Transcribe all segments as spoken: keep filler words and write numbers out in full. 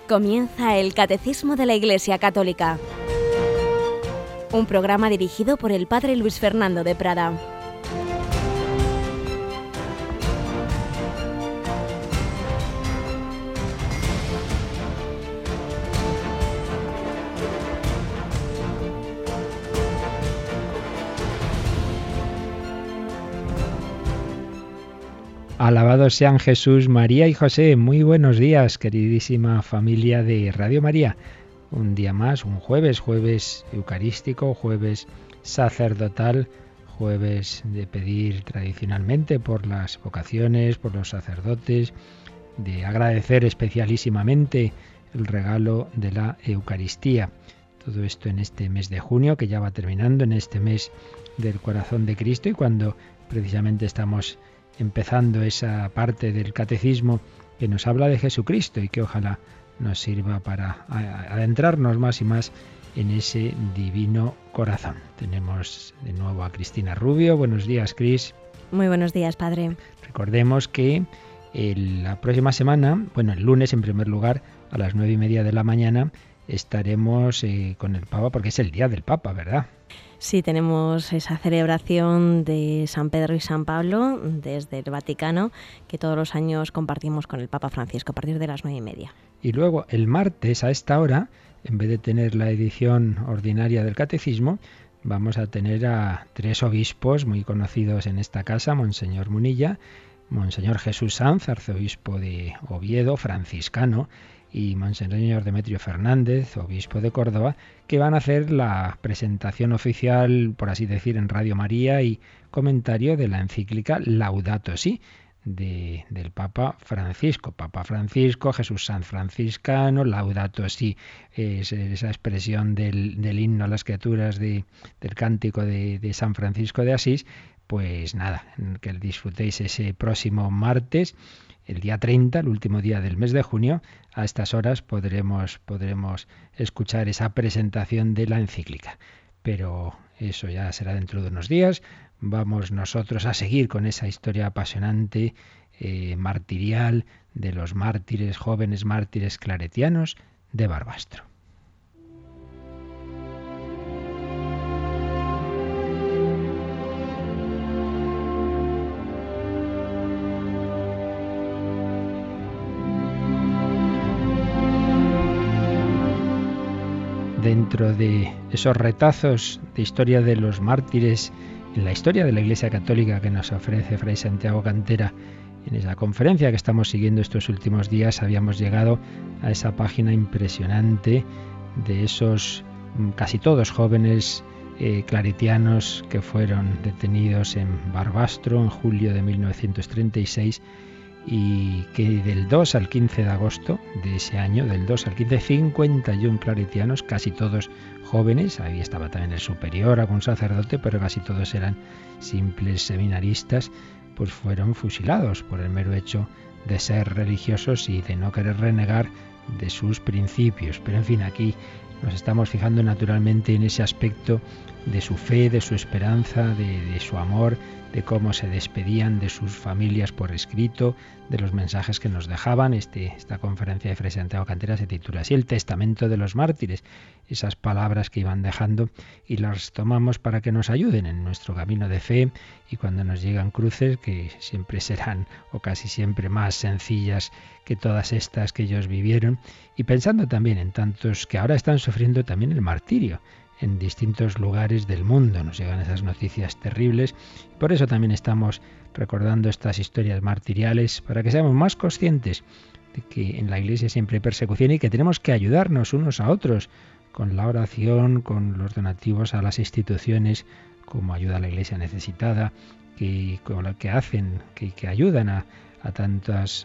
Comienza el Catecismo de la Iglesia Católica, un programa dirigido por el Padre Luis Fernando de Prada. Alabados sean Jesús, María y José. Muy buenos días, queridísima familia de Radio María. Un día más, un jueves, jueves eucarístico, jueves sacerdotal, jueves de pedir tradicionalmente por las vocaciones, por los sacerdotes, de agradecer especialísimamente el regalo de la Eucaristía. Todo esto en este mes de junio, que ya va terminando, en este mes del corazón de Cristo, y cuando precisamente estamos empezando esa parte del catecismo que nos habla de Jesucristo y que ojalá nos sirva para adentrarnos más y más en ese divino corazón. Tenemos de nuevo a Cristina Rubio. Buenos días, Cris. Muy buenos días, Padre. Recordemos que el, la próxima semana, bueno, el lunes en primer lugar, a las nueve y media de la mañana, estaremos eh, con el Papa, porque es el día del Papa, ¿verdad? Sí, tenemos esa celebración de San Pedro y San Pablo desde el Vaticano, que todos los años compartimos con el Papa Francisco a partir de las nueve y media. Y luego el martes a esta hora, en vez de tener la edición ordinaria del Catecismo, vamos a tener a tres obispos muy conocidos en esta casa: Monseñor Munilla, Monseñor Jesús Sanz, arzobispo de Oviedo, franciscano, y Monseñor Demetrio Fernández, obispo de Córdoba, que van a hacer la presentación oficial, por así decir, en Radio María y comentario de la encíclica Laudato Si, de, del Papa Francisco. Papa Francisco, Jesús Sanz franciscano, Laudato Si, es esa expresión del, del himno a las criaturas de, del cántico de, de San Francisco de Asís. Pues nada, que disfrutéis ese próximo martes, el día treinta, el último día del mes de junio. A estas horas podremos, podremos escuchar esa presentación de la encíclica. Pero eso ya será dentro de unos días. Vamos nosotros a seguir con esa historia apasionante, eh, martirial, de los mártires, jóvenes mártires claretianos de Barbastro. Dentro de esos retazos de historia de los mártires en la historia de la Iglesia Católica que nos ofrece Fray Santiago Cantera en esa conferencia que estamos siguiendo estos últimos días, habíamos llegado a esa página impresionante de esos casi todos jóvenes eh, claretianos que fueron detenidos en Barbastro en julio de mil novecientos treinta y seis, y que del dos al quince de agosto de ese año, del dos al quince, cincuenta y uno claretianos, casi todos jóvenes. Ahí estaba también el superior, algún sacerdote, pero casi todos eran simples seminaristas, pues fueron fusilados por el mero hecho de ser religiosos y de no querer renegar de sus principios. Pero en fin, aquí nos estamos fijando naturalmente en ese aspecto de su fe, de su esperanza, de, de su amor, de cómo se despedían de sus familias por escrito, de los mensajes que nos dejaban. Este, esta conferencia de Fray Santiago Cantera se titula así: El testamento de los mártires. Esas palabras que iban dejando y las tomamos para que nos ayuden en nuestro camino de fe, y cuando nos llegan cruces, que siempre serán o casi siempre más sencillas que todas estas que ellos vivieron, y pensando también en tantos que ahora están sufriendo también el martirio en distintos lugares del mundo. Nos llegan esas noticias terribles. Por eso también estamos recordando estas historias martiriales, para que seamos más conscientes de que en la Iglesia siempre hay persecución y que tenemos que ayudarnos unos a otros con la oración, con los donativos a las instituciones, como ayuda a la Iglesia necesitada, que, con lo que hacen, que, que ayudan a, a tantos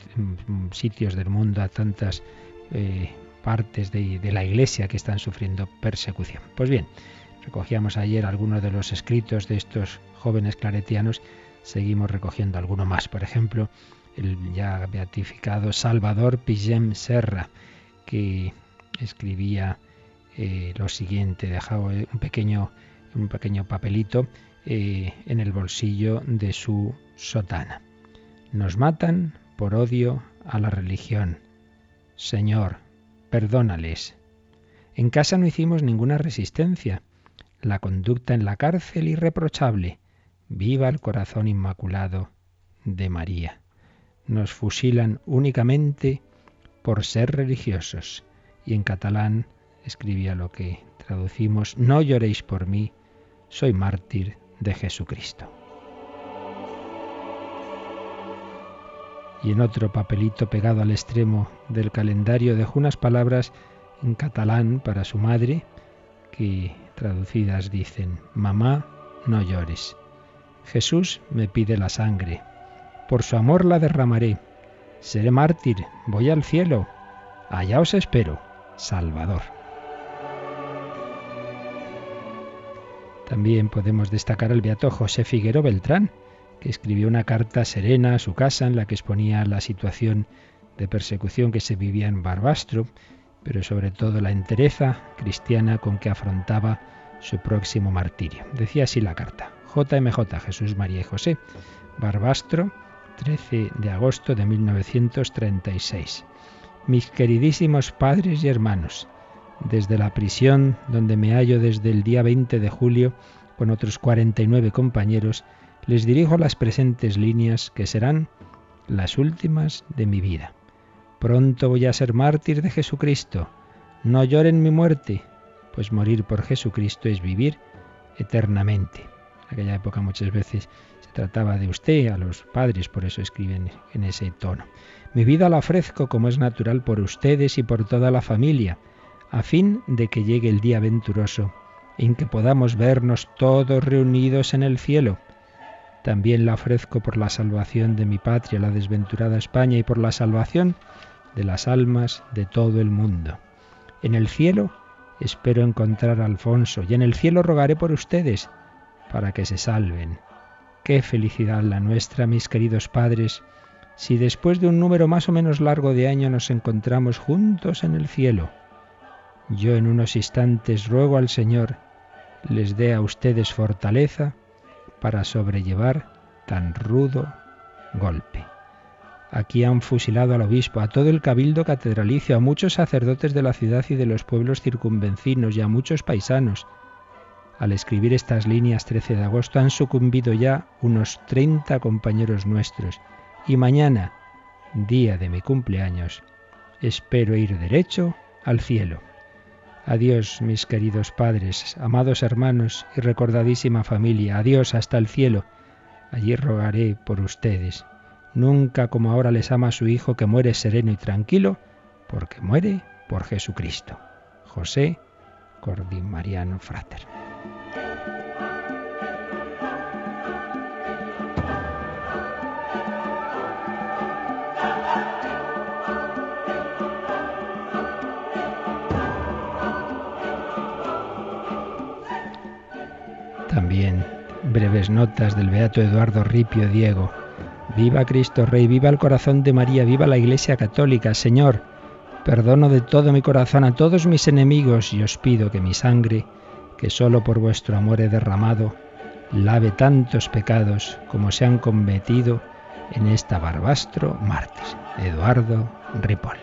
sitios del mundo, a tantas eh, partes de, de la Iglesia que están sufriendo persecución. Pues bien, recogíamos ayer algunos de los escritos de estos jóvenes claretianos, seguimos recogiendo alguno más. Por ejemplo, el ya beatificado Salvador Pigem Serra, que escribía eh, lo siguiente, dejaba un pequeño, un pequeño papelito eh, en el bolsillo de su sotana. Nos matan por odio a la religión. Señor, perdónales. En casa no hicimos ninguna resistencia. La conducta en la cárcel irreprochable. Viva el corazón inmaculado de María. Nos fusilan únicamente por ser religiosos. Y en catalán escribía lo que traducimos: no lloréis por mí, soy mártir de Jesucristo. Y en otro papelito pegado al extremo del calendario dejó unas palabras en catalán para su madre, que traducidas dicen: mamá, no llores. Jesús me pide la sangre. Por su amor la derramaré. Seré mártir, voy al cielo. Allá os espero, Salvador. También podemos destacar al beato José Figuero Beltrán, que escribió una carta serena a su casa en la que exponía la situación de persecución que se vivía en Barbastro, pero sobre todo la entereza cristiana con que afrontaba su próximo martirio. Decía así la carta: J M J, Jesús, María y José, Barbastro, trece de agosto de mil novecientos treinta y seis. Mis queridísimos padres y hermanos, desde la prisión donde me hallo desde el día veinte de julio con otros cuarenta y nueve compañeros, les dirijo las presentes líneas que serán las últimas de mi vida. Pronto voy a ser mártir de Jesucristo. No lloren mi muerte, pues morir por Jesucristo es vivir eternamente. En aquella época muchas veces se trataba de usted, a los padres, por eso escriben en ese tono. Mi vida la ofrezco como es natural por ustedes y por toda la familia, a fin de que llegue el día venturoso en que podamos vernos todos reunidos en el cielo. También la ofrezco por la salvación de mi patria, la desventurada España, y por la salvación de las almas de todo el mundo. En el cielo espero encontrar a Alfonso, y en el cielo rogaré por ustedes, para que se salven. Qué felicidad la nuestra, mis queridos padres, si después de un número más o menos largo de años nos encontramos juntos en el cielo. Yo en unos instantes ruego al Señor les dé a ustedes fortaleza para sobrellevar tan rudo golpe. Aquí han fusilado al obispo, a todo el cabildo catedralicio, a muchos sacerdotes de la ciudad y de los pueblos circunvecinos y a muchos paisanos. Al escribir estas líneas trece de agosto han sucumbido ya unos treinta compañeros nuestros y mañana, día de mi cumpleaños, espero ir derecho al cielo. Adiós, mis queridos padres, amados hermanos y recordadísima familia. Adiós hasta el cielo. Allí rogaré por ustedes. Nunca como ahora les ama a su Hijo, que muere sereno y tranquilo, porque muere por Jesucristo. José Cordimariano Frater. También breves notas del beato Eduardo Ripio Diego. Viva Cristo Rey, viva el corazón de María, viva la Iglesia Católica. Señor, perdono de todo mi corazón a todos mis enemigos y os pido que mi sangre, que solo por vuestro amor he derramado, lave tantos pecados como se han cometido en esta Barbastro mártir. Eduardo Ripoll.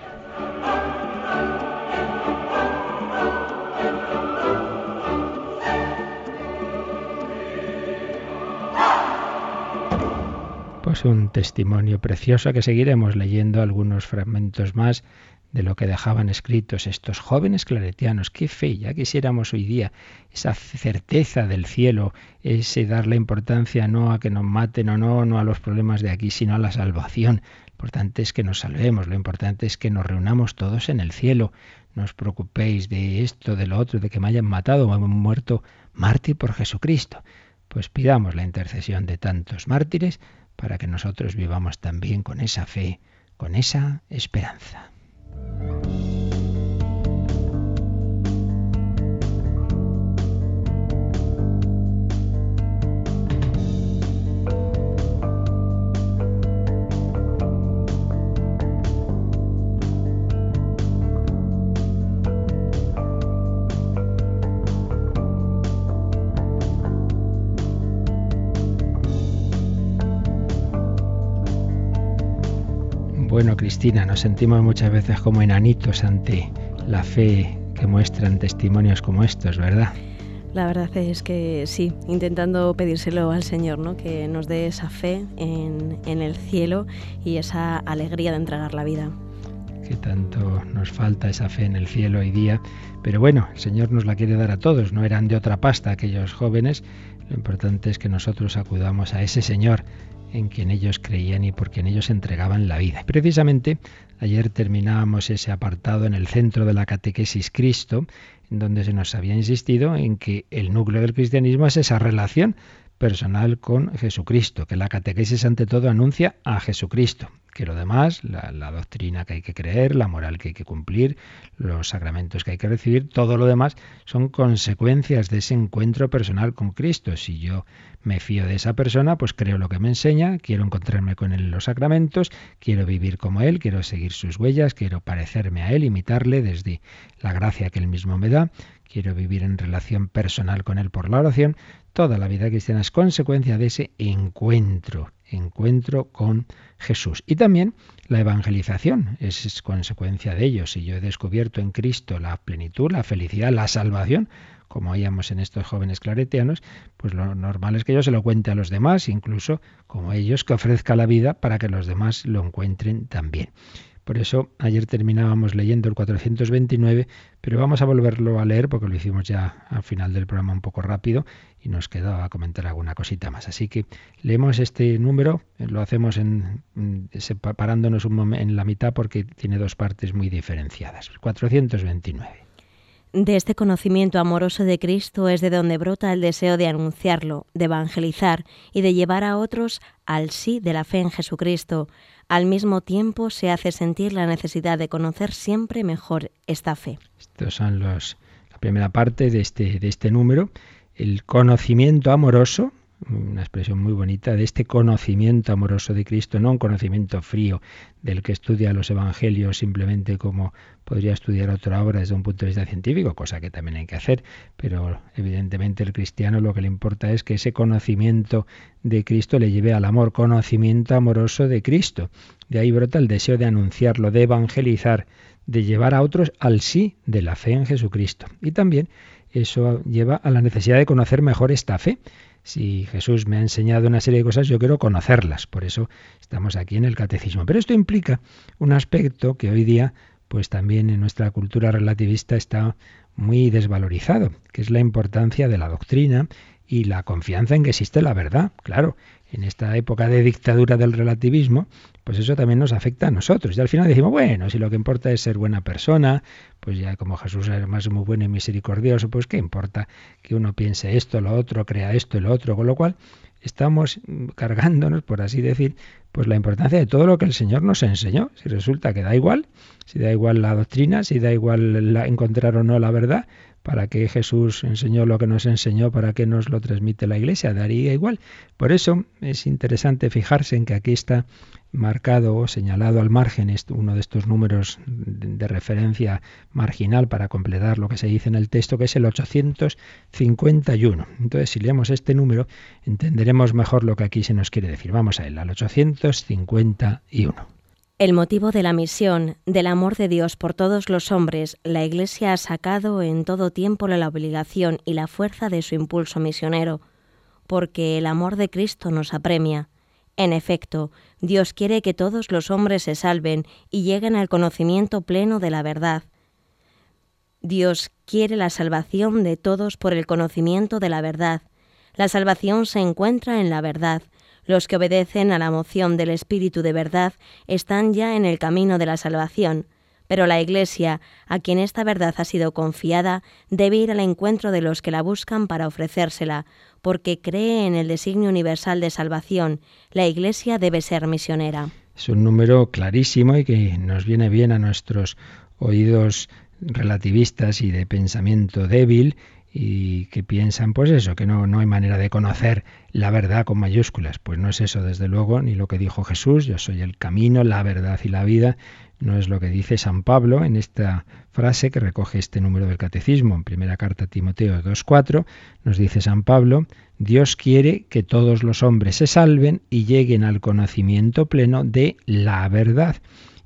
Pues un testimonio precioso que seguiremos leyendo algunos fragmentos más de lo que dejaban escritos estos jóvenes claretianos. Qué fe, ya quisiéramos hoy día esa certeza del cielo, ese darle importancia no a que nos maten o no, no a los problemas de aquí, sino a la salvación. Lo importante es que nos salvemos, lo importante es que nos reunamos todos en el cielo. No os preocupéis de esto, de lo otro, de que me hayan matado o me han muerto mártir por Jesucristo. Pues pidamos la intercesión de tantos mártires para que nosotros vivamos también con esa fe, con esa esperanza. Bueno, Cristina, nos sentimos muchas veces como enanitos ante la fe que muestran testimonios como estos, ¿verdad? La verdad es que sí, intentando pedírselo al Señor, ¿no? Que nos dé esa fe en, en el cielo y esa alegría de entregar la vida. Que tanto nos falta esa fe en el cielo hoy día, pero bueno, el Señor nos la quiere dar a todos, no eran de otra pasta aquellos jóvenes, lo importante es que nosotros acudamos a ese Señor en quien ellos creían y por quien ellos entregaban la vida. Precisamente ayer terminábamos ese apartado en el centro de la catequesis Cristo, en donde se nos había insistido en que el núcleo del cristianismo es esa relación personal con Jesucristo, que la catequesis ante todo anuncia a Jesucristo, que lo demás, la, la doctrina que hay que creer, la moral que hay que cumplir, los sacramentos que hay que recibir, todo lo demás son consecuencias de ese encuentro personal con Cristo. Si yo me fío de esa persona, pues creo lo que me enseña, quiero encontrarme con él en los sacramentos, quiero vivir como él, quiero seguir sus huellas, quiero parecerme a él, imitarle desde la gracia que él mismo me da, quiero vivir en relación personal con él por la oración. Toda la vida cristiana es consecuencia de ese encuentro, encuentro con Jesús. Y también la evangelización es, es consecuencia de ello. Si yo he descubierto en Cristo la plenitud, la felicidad, la salvación, como oíamos en estos jóvenes claretianos, pues lo normal es que yo se lo cuente a los demás, incluso como ellos, que ofrezca la vida para que los demás lo encuentren también. Por eso ayer terminábamos leyendo el cuatrocientos veintinueve, pero vamos a volverlo a leer porque lo hicimos ya al final del programa un poco rápido y nos quedaba comentar alguna cosita más. Así que leemos este número, lo hacemos en, separándonos un momento en la mitad porque tiene dos partes muy diferenciadas. cuatrocientos veintinueve. De este conocimiento amoroso de Cristo es de donde brota el deseo de anunciarlo, de evangelizar y de llevar a otros al sí de la fe en Jesucristo. Al mismo tiempo se hace sentir la necesidad de conocer siempre mejor esta fe. Estos son los, la primera parte de este, de este número, el conocimiento amoroso, una expresión muy bonita, de este conocimiento amoroso de Cristo, no un conocimiento frío del que estudia los evangelios simplemente como podría estudiar otra obra desde un punto de vista científico, cosa que también hay que hacer, pero evidentemente el cristiano lo que le importa es que ese conocimiento de Cristo le lleve al amor, conocimiento amoroso de Cristo. De ahí brota el deseo de anunciarlo, de evangelizar, de llevar a otros al sí de la fe en Jesucristo. Y también eso lleva a la necesidad de conocer mejor esta fe. Si Jesús me ha enseñado una serie de cosas, yo quiero conocerlas. Por eso estamos aquí en el catecismo. Pero esto implica un aspecto que hoy día, pues también en nuestra cultura relativista está muy desvalorizado, que es la importancia de la doctrina y la confianza en que existe la verdad. Claro, en esta época de dictadura del relativismo, pues eso también nos afecta a nosotros. Y al final decimos, bueno, si lo que importa es ser buena persona, pues ya como Jesús es más muy bueno y misericordioso, pues qué importa que uno piense esto, lo otro, crea esto y lo otro, con lo cual estamos cargándonos, por así decir, pues la importancia de todo lo que el Señor nos enseñó. Si resulta que da igual, si da igual la doctrina, si da igual la, encontrar o no la verdad, ¿para qué Jesús enseñó lo que nos enseñó? ¿Para qué nos lo transmite la Iglesia? Daría igual. Por eso es interesante fijarse en que aquí está marcado o señalado al margen uno de estos números de referencia marginal para completar lo que se dice en el texto, que es el ochocientos cincuenta y uno. Entonces, si leemos este número, entenderemos mejor lo que aquí se nos quiere decir. Vamos a él, al ochocientos cincuenta y uno. El motivo de la misión, del amor de Dios por todos los hombres, la Iglesia ha sacado en todo tiempo la obligación y la fuerza de su impulso misionero, porque el amor de Cristo nos apremia. En efecto, Dios quiere que todos los hombres se salven y lleguen al conocimiento pleno de la verdad. Dios quiere la salvación de todos por el conocimiento de la verdad. La salvación se encuentra en la verdad. Los que obedecen a la moción del Espíritu de verdad están ya en el camino de la salvación, pero la Iglesia, a quien esta verdad ha sido confiada, debe ir al encuentro de los que la buscan para ofrecérsela, porque cree en el designio universal de salvación. La Iglesia debe ser misionera. Es un número clarísimo y que nos viene bien a nuestros oídos relativistas y de pensamiento débil, y que piensan, pues eso, que no, no hay manera de conocer la verdad con mayúsculas. Pues no es eso, desde luego, ni lo que dijo Jesús, yo soy el camino, la verdad y la vida, no es lo que dice San Pablo en esta frase que recoge este número del Catecismo. En primera carta a Timoteo dos cuatro nos dice San Pablo, Dios quiere que todos los hombres se salven y lleguen al conocimiento pleno de la verdad.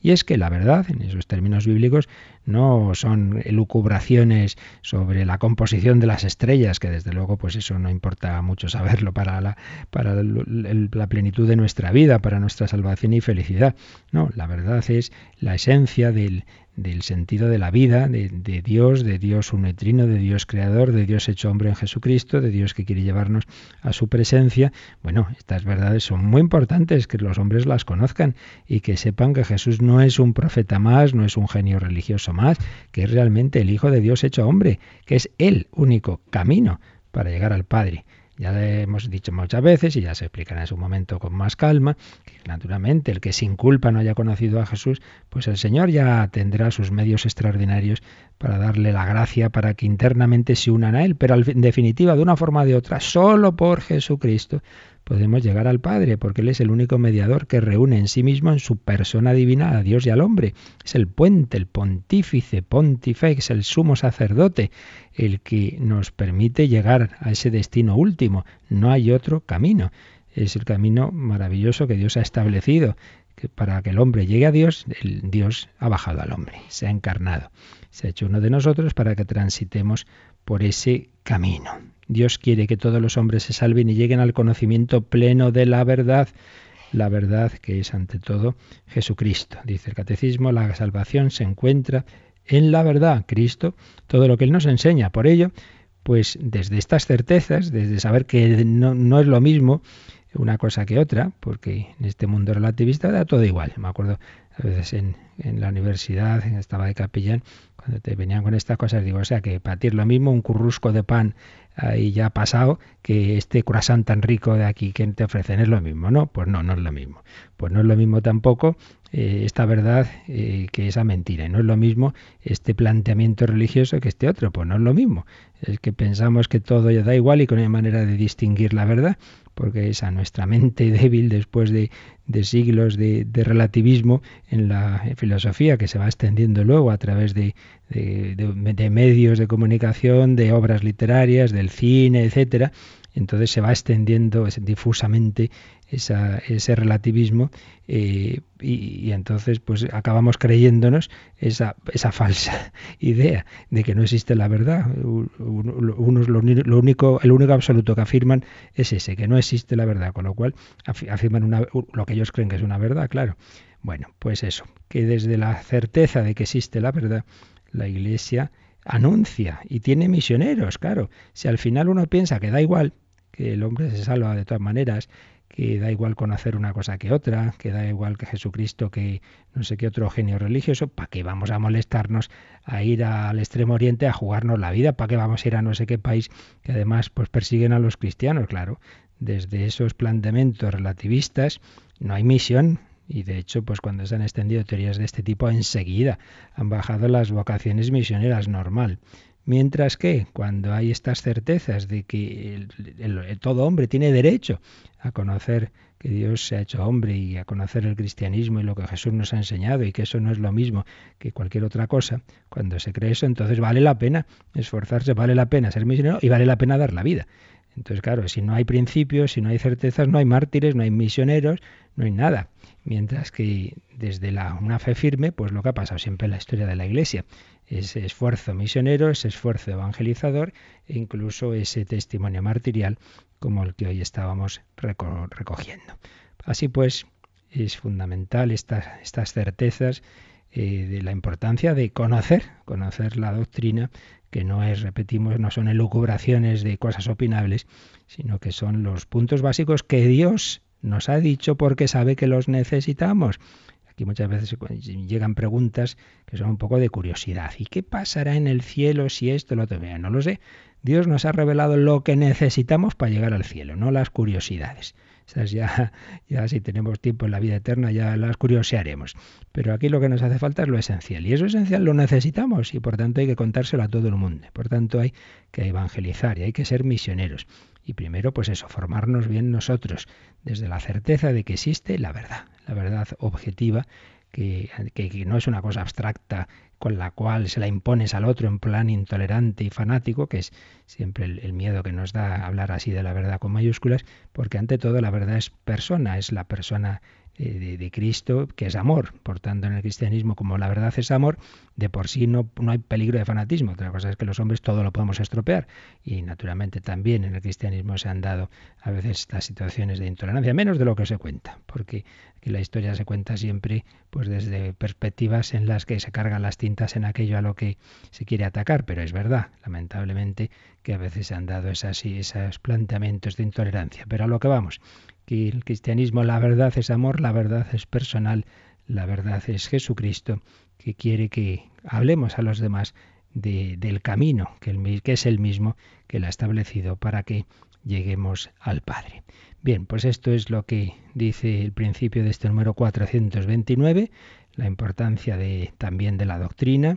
Y es que la verdad, en esos términos bíblicos, no son elucubraciones sobre la composición de las estrellas, que desde luego pues eso no importa mucho saberlo para la, para el, el, la plenitud de nuestra vida, para nuestra salvación y felicidad. No, la verdad es la esencia del, del sentido de la vida, de, de Dios, de Dios unetrino, de Dios creador, de Dios hecho hombre en Jesucristo, de Dios que quiere llevarnos a su presencia. Bueno, estas verdades son muy importantes, que los hombres las conozcan y que sepan que Jesús no es un profeta más, no es un genio religioso más, que es realmente el Hijo de Dios hecho hombre, que es el único camino para llegar al Padre. Ya lo hemos dicho muchas veces y ya se explicará en su momento con más calma, que naturalmente el que sin culpa no haya conocido a Jesús, pues el Señor ya tendrá sus medios extraordinarios para darle la gracia para que internamente se unan a Él, pero en definitiva, de una forma o de otra, solo por Jesucristo podemos llegar al Padre, porque Él es el único mediador que reúne en sí mismo, en su persona divina, a Dios y al hombre. Es el puente, el pontífice, pontifex, el sumo sacerdote, el que nos permite llegar a ese destino último. No hay otro camino. Es el camino maravilloso que Dios ha establecido, que para que el hombre llegue a Dios, el Dios ha bajado al hombre, se ha encarnado, se ha hecho uno de nosotros para que transitemos por ese camino. Dios quiere que todos los hombres se salven y lleguen al conocimiento pleno de la verdad, la verdad que es ante todo Jesucristo. Dice el Catecismo, la salvación se encuentra en la verdad, Cristo, todo lo que Él nos enseña. Por ello, pues desde estas certezas, desde saber que no, no es lo mismo una cosa que otra, porque en este mundo relativista da todo igual. Me acuerdo a veces en, en la universidad, estaba de capellán, cuando te venían con estas cosas, digo, o sea, que para ti es lo mismo un currusco de pan ahí ya pasado que este croissant tan rico de aquí que te ofrecen, es lo mismo, ¿no? Pues no, no es lo mismo. Pues no es lo mismo tampoco eh, esta verdad eh, que esa mentira. Y no es lo mismo este planteamiento religioso que este otro. Pues no es lo mismo. Es que pensamos que todo ya da igual y que no hay manera de distinguir la verdad, porque es a nuestra mente débil después de, de siglos de, de relativismo en la filosofía, que se va extendiendo luego a través de, de, de, de medios de comunicación, de obras literarias, del cine, etcétera. Entonces se va extendiendo difusamente esa, ese relativismo eh, y, y entonces pues acabamos creyéndonos esa, esa falsa idea de que no existe la verdad. Unos lo, lo único, el único absoluto que afirman es ese, que no existe la verdad, con lo cual afirman una, lo que ellos creen que es una verdad, claro. Bueno, pues eso, que desde la certeza de que existe la verdad, la Iglesia anuncia y tiene misioneros, claro. Si al final uno piensa que da igual, que el hombre se salva de todas maneras, que da igual conocer una cosa que otra, que da igual que Jesucristo, que no sé qué otro genio religioso, ¿para qué vamos a molestarnos a ir al Extremo Oriente a jugarnos la vida? ¿Para qué vamos a ir a no sé qué país que además pues persiguen a los cristianos? Claro, desde esos planteamientos relativistas no hay misión. Y de hecho, pues cuando se han extendido teorías de este tipo, enseguida han bajado las vocaciones misioneras, normal. Mientras que cuando hay estas certezas de que el, el, el, todo hombre tiene derecho a conocer que Dios se ha hecho hombre y a conocer el cristianismo y lo que Jesús nos ha enseñado y que eso no es lo mismo que cualquier otra cosa, cuando se cree eso, entonces vale la pena esforzarse, vale la pena ser misionero y vale la pena dar la vida. Entonces, claro, si no hay principios, si no hay certezas, no hay mártires, no hay misioneros, no hay nada. Mientras que desde la, una fe firme, pues lo que ha pasado siempre en la historia de la Iglesia, ese esfuerzo misionero, ese esfuerzo evangelizador e incluso ese testimonio martirial como el que hoy estábamos reco- recogiendo. Así pues, es fundamental estas, estas certezas eh, de la importancia de conocer, conocer la doctrina, que no es, repetimos, no son elucubraciones de cosas opinables, sino que son los puntos básicos que Dios nos ha dicho porque sabe que los necesitamos. Aquí muchas veces llegan preguntas que son un poco de curiosidad. ¿Y qué pasará en el cielo si esto lo otro? No lo sé. Dios nos ha revelado lo que necesitamos para llegar al cielo, no las curiosidades. Esas ya, ya si tenemos tiempo en la vida eterna ya las curiosearemos. Pero aquí lo que nos hace falta es lo esencial. Y eso esencial lo necesitamos y por tanto hay que contárselo a todo el mundo. Por tanto hay que evangelizar y hay que ser misioneros. Y primero, pues eso, formarnos bien nosotros, desde la certeza de que existe la verdad, la verdad objetiva, que, que, que no es una cosa abstracta con la cual se la impones al otro en plan intolerante y fanático, que es siempre el, el miedo que nos da hablar así de la verdad con mayúsculas, porque ante todo la verdad es persona, es la persona de, de Cristo, que es amor. Por tanto, en el cristianismo, como la verdad es amor, de por sí no, no hay peligro de fanatismo. Otra cosa es que los hombres todo lo podemos estropear. Y naturalmente también en el cristianismo se han dado a veces estas situaciones de intolerancia, menos de lo que se cuenta, porque aquí la historia se cuenta siempre pues desde perspectivas en las que se cargan las tintas en aquello a lo que se quiere atacar. Pero es verdad, lamentablemente, que a veces se han dado esas, esos planteamientos de intolerancia. Pero a lo que vamos, que el cristianismo, la verdad es amor, la verdad es personal, la verdad es Jesucristo, que quiere que hablemos a los demás de, del camino, que, el, que es el mismo que Él ha establecido para que lleguemos al Padre. Bien, pues esto es lo que dice el principio de este número cuatrocientos veintinueve, la importancia de, también de la doctrina,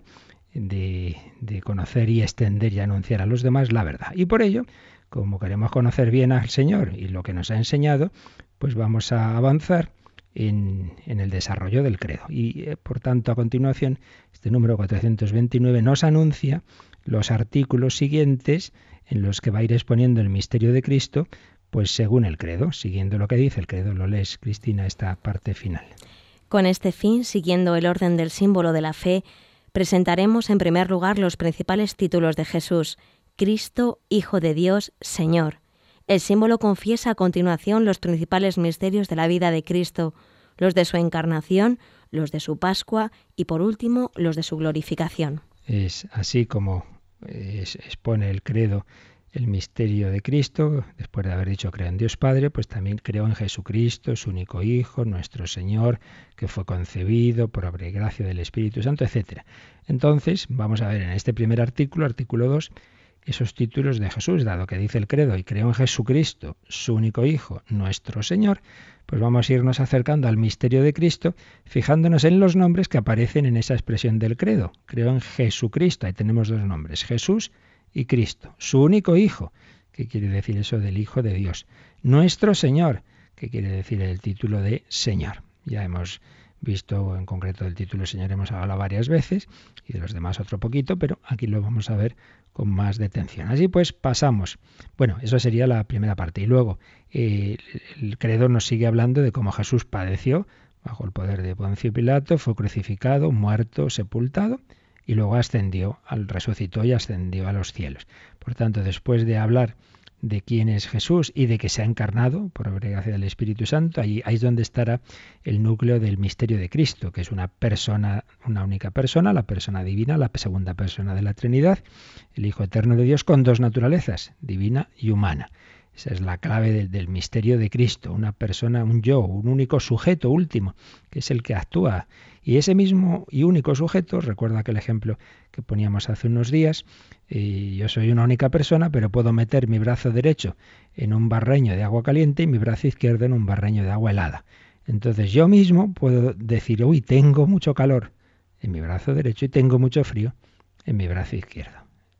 de, de conocer y extender y anunciar a los demás la verdad. Y por ello, como queremos conocer bien al Señor y lo que nos ha enseñado, pues vamos a avanzar en, en el desarrollo del credo. Y eh, por tanto, a continuación, este número cuatrocientos veintinueve nos anuncia los artículos siguientes en los que va a ir exponiendo el misterio de Cristo, pues según el credo, siguiendo lo que dice el credo. Lo lees, Cristina, esta parte final. Con este fin, siguiendo el orden del símbolo de la fe, presentaremos en primer lugar los principales títulos de Jesús: Cristo, Hijo de Dios, Señor. El símbolo confiesa a continuación los principales misterios de la vida de Cristo, los de su encarnación, los de su Pascua y, por último, los de su glorificación. Es así como es, expone el credo el misterio de Cristo. Después de haber dicho creo en Dios Padre, pues también creo en Jesucristo, su único Hijo, nuestro Señor, que fue concebido por obra y gracia del Espíritu Santo, etcétera. Entonces, vamos a ver en este primer artículo, artículo dos, esos títulos de Jesús, dado que dice el credo, y creo en Jesucristo, su único Hijo, nuestro Señor, pues vamos a irnos acercando al misterio de Cristo, fijándonos en los nombres que aparecen en esa expresión del credo. Creo en Jesucristo, ahí tenemos dos nombres, Jesús y Cristo, su único Hijo. ¿Qué quiere decir eso del Hijo de Dios? Nuestro Señor, ¿qué quiere decir el título de Señor? Ya hemos visto en concreto del título Señor, hemos hablado varias veces, y de los demás otro poquito, pero aquí lo vamos a ver con más detención. Así pues, pasamos. Bueno, eso sería la primera parte. Y luego, eh, el credo nos sigue hablando de cómo Jesús padeció bajo el poder de Poncio Pilato, fue crucificado, muerto, sepultado, y luego ascendió, al resucitó y ascendió a los cielos. Por tanto, después de hablar de quién es Jesús y de que se ha encarnado por obra y gracia del Espíritu Santo, ahí, ahí es donde estará el núcleo del misterio de Cristo, que es una persona, una única persona, la persona divina, la segunda persona de la Trinidad, el Hijo eterno de Dios con dos naturalezas, divina y humana. Esa es la clave del, del misterio de Cristo, una persona, un yo, un único sujeto último, que es el que actúa. Y ese mismo y único sujeto, recuerda aquel ejemplo que poníamos hace unos días, eh, yo soy una única persona, pero puedo meter mi brazo derecho en un barreño de agua caliente y mi brazo izquierdo en un barreño de agua helada. Entonces yo mismo puedo decir, uy, tengo mucho calor en mi brazo derecho y tengo mucho frío en mi brazo izquierdo.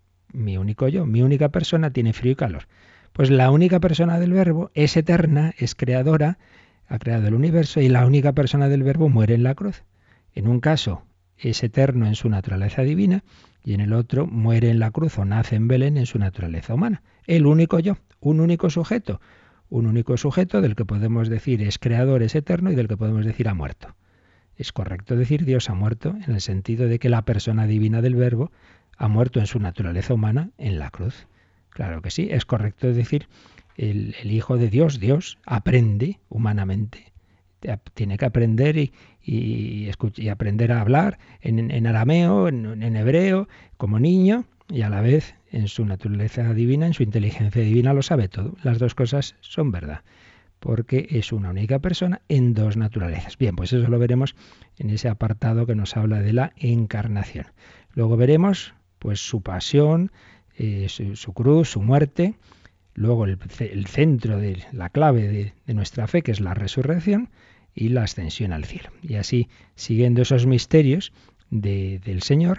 Mi único yo, mi única persona tiene frío y calor. Pues la única persona del Verbo es eterna, es creadora, ha creado el universo, y la única persona del Verbo muere en la cruz. En un caso es eterno en su naturaleza divina y en el otro muere en la cruz o nace en Belén en su naturaleza humana. El único yo, un único sujeto, un único sujeto del que podemos decir es creador, es eterno, y del que podemos decir ha muerto. Es correcto decir Dios ha muerto en el sentido de que la persona divina del Verbo ha muerto en su naturaleza humana en la cruz. Claro que sí, es correcto decir el, el Hijo de Dios, Dios, aprende humanamente. Tiene que aprender y, y, y aprender a hablar en, en arameo, en, en hebreo, como niño, y a la vez en su naturaleza divina, en su inteligencia divina lo sabe todo. Las dos cosas son verdad, porque es una única persona en dos naturalezas. Bien, pues eso lo veremos en ese apartado que nos habla de la encarnación. Luego veremos pues su pasión, eh, su, su cruz, su muerte. Luego el, el centro de la clave de, de nuestra fe, que es la resurrección y la ascensión al cielo. Y así, siguiendo esos misterios de, del Señor,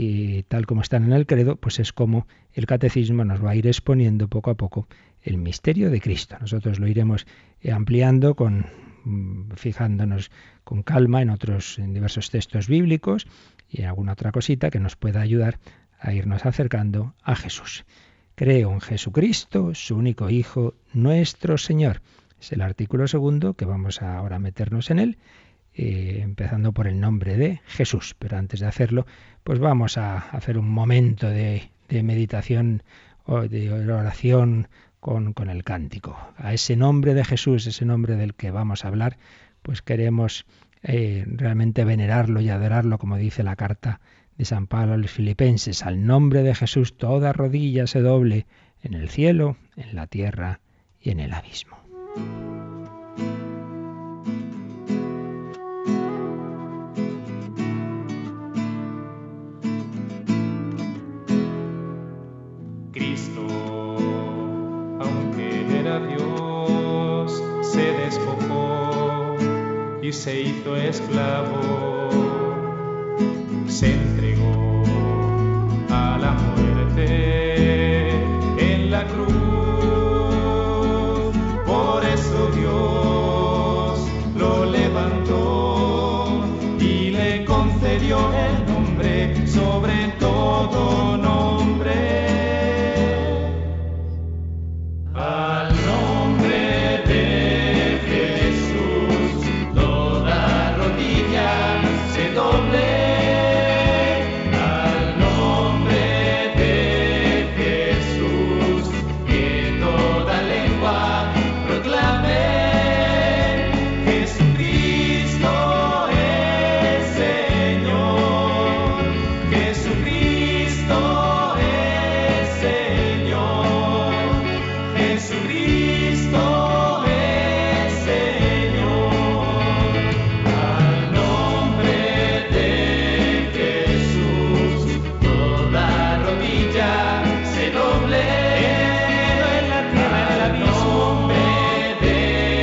y tal como están en el credo, pues es como el catecismo nos va a ir exponiendo poco a poco el misterio de Cristo. Nosotros lo iremos ampliando, con, fijándonos con calma en otros, en diversos textos bíblicos y en alguna otra cosita que nos pueda ayudar a irnos acercando a Jesús. Creo en Jesucristo, su único Hijo, nuestro Señor. Es el artículo segundo, que vamos a ahora a meternos en él, eh, empezando por el nombre de Jesús. Pero antes de hacerlo, pues vamos a hacer un momento de, de meditación o de oración con, con el cántico. A ese nombre de Jesús, ese nombre del que vamos a hablar, pues queremos eh, realmente venerarlo y adorarlo, como dice la carta de San Pablo a los Filipenses. Al nombre de Jesús toda rodilla se doble, en el cielo, en la tierra y en el abismo. Cristo, aunque era Dios, se despojó y se hizo esclavo, se entregó a la muerte en la cruz. Por eso Dios lo levantó y le concedió el nombre sobre todo nombre. Al nombre de Jesús toda rodilla se doble. Al nombre de Jesús que toda lengua proclame. Jesucristo es Señor. Jesucristo es Señor. Jesucristo es Señor. Al nombre de Jesús toda rodilla se doble. En la tierra, en el abismo. Al nombre de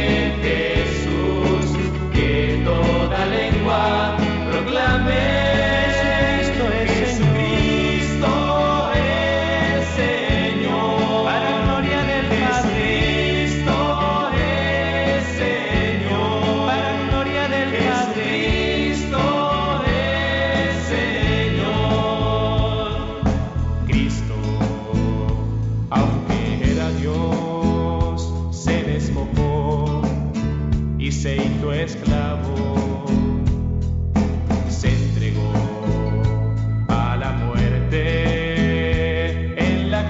Jesús que toda lengua proclame. Jesucristo es Jesucristo es Señor. Para gloria del Padre. Jesucristo es Señor. Para gloria del Padre. Jesucristo es Señor. Cristo, aunque era Dios, se despojó y se hizo esclavo, se entregó a la muerte en la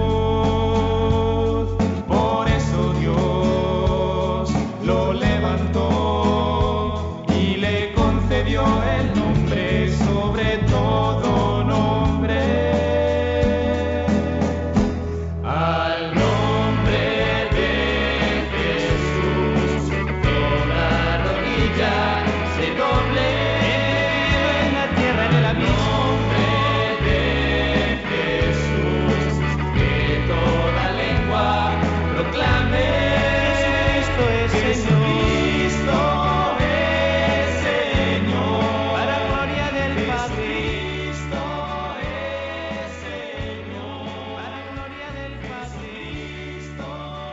cruz. Por eso Dios lo levantó y le concedió el nombre sobre todo nombre. Al nombre de Jesús toda rodilla se doble. En la tierra, en el abismo. Al nombre de Jesús que toda lengua proclame. Jesucristo es Jesucristo es Señor. Para gloria del Padre. Jesucristo es Señor. Para gloria del Padre. Jesucristo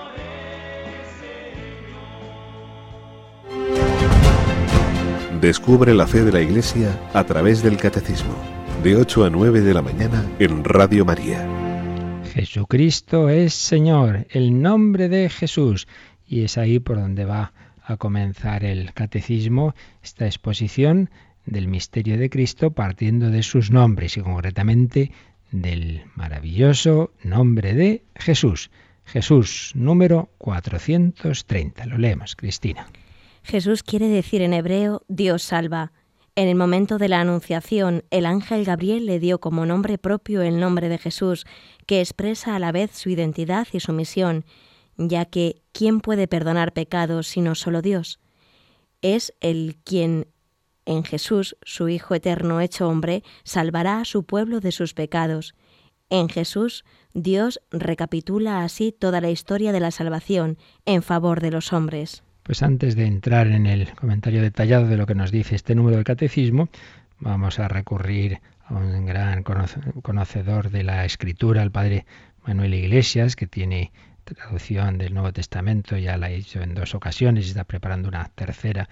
es Señor. Descubre la fe de la Iglesia a través del Catecismo, de ocho a nueve de la mañana en Radio María. Jesucristo es Señor, el nombre de Jesús. Y es ahí por donde va a comenzar el Catecismo, esta exposición del misterio de Cristo partiendo de sus nombres y concretamente del maravilloso nombre de Jesús. Jesús, número cuatrocientos treinta. Lo leemos, Cristina. Jesús quiere decir en hebreo Dios salva. En el momento de la Anunciación, el ángel Gabriel le dio como nombre propio el nombre de Jesús, que expresa a la vez su identidad y su misión, ya que ¿quién puede perdonar pecados sino solo Dios? Es el quien, en Jesús, su Hijo eterno hecho hombre, salvará a su pueblo de sus pecados. En Jesús, Dios recapitula así toda la historia de la salvación en favor de los hombres. Pues antes de entrar en el comentario detallado de lo que nos dice este número del Catecismo, vamos a recurrir a un gran conocedor de la Escritura, el padre Manuel Iglesias, que tiene traducción del Nuevo Testamento, ya la ha hecho en dos ocasiones y está preparando una tercera, un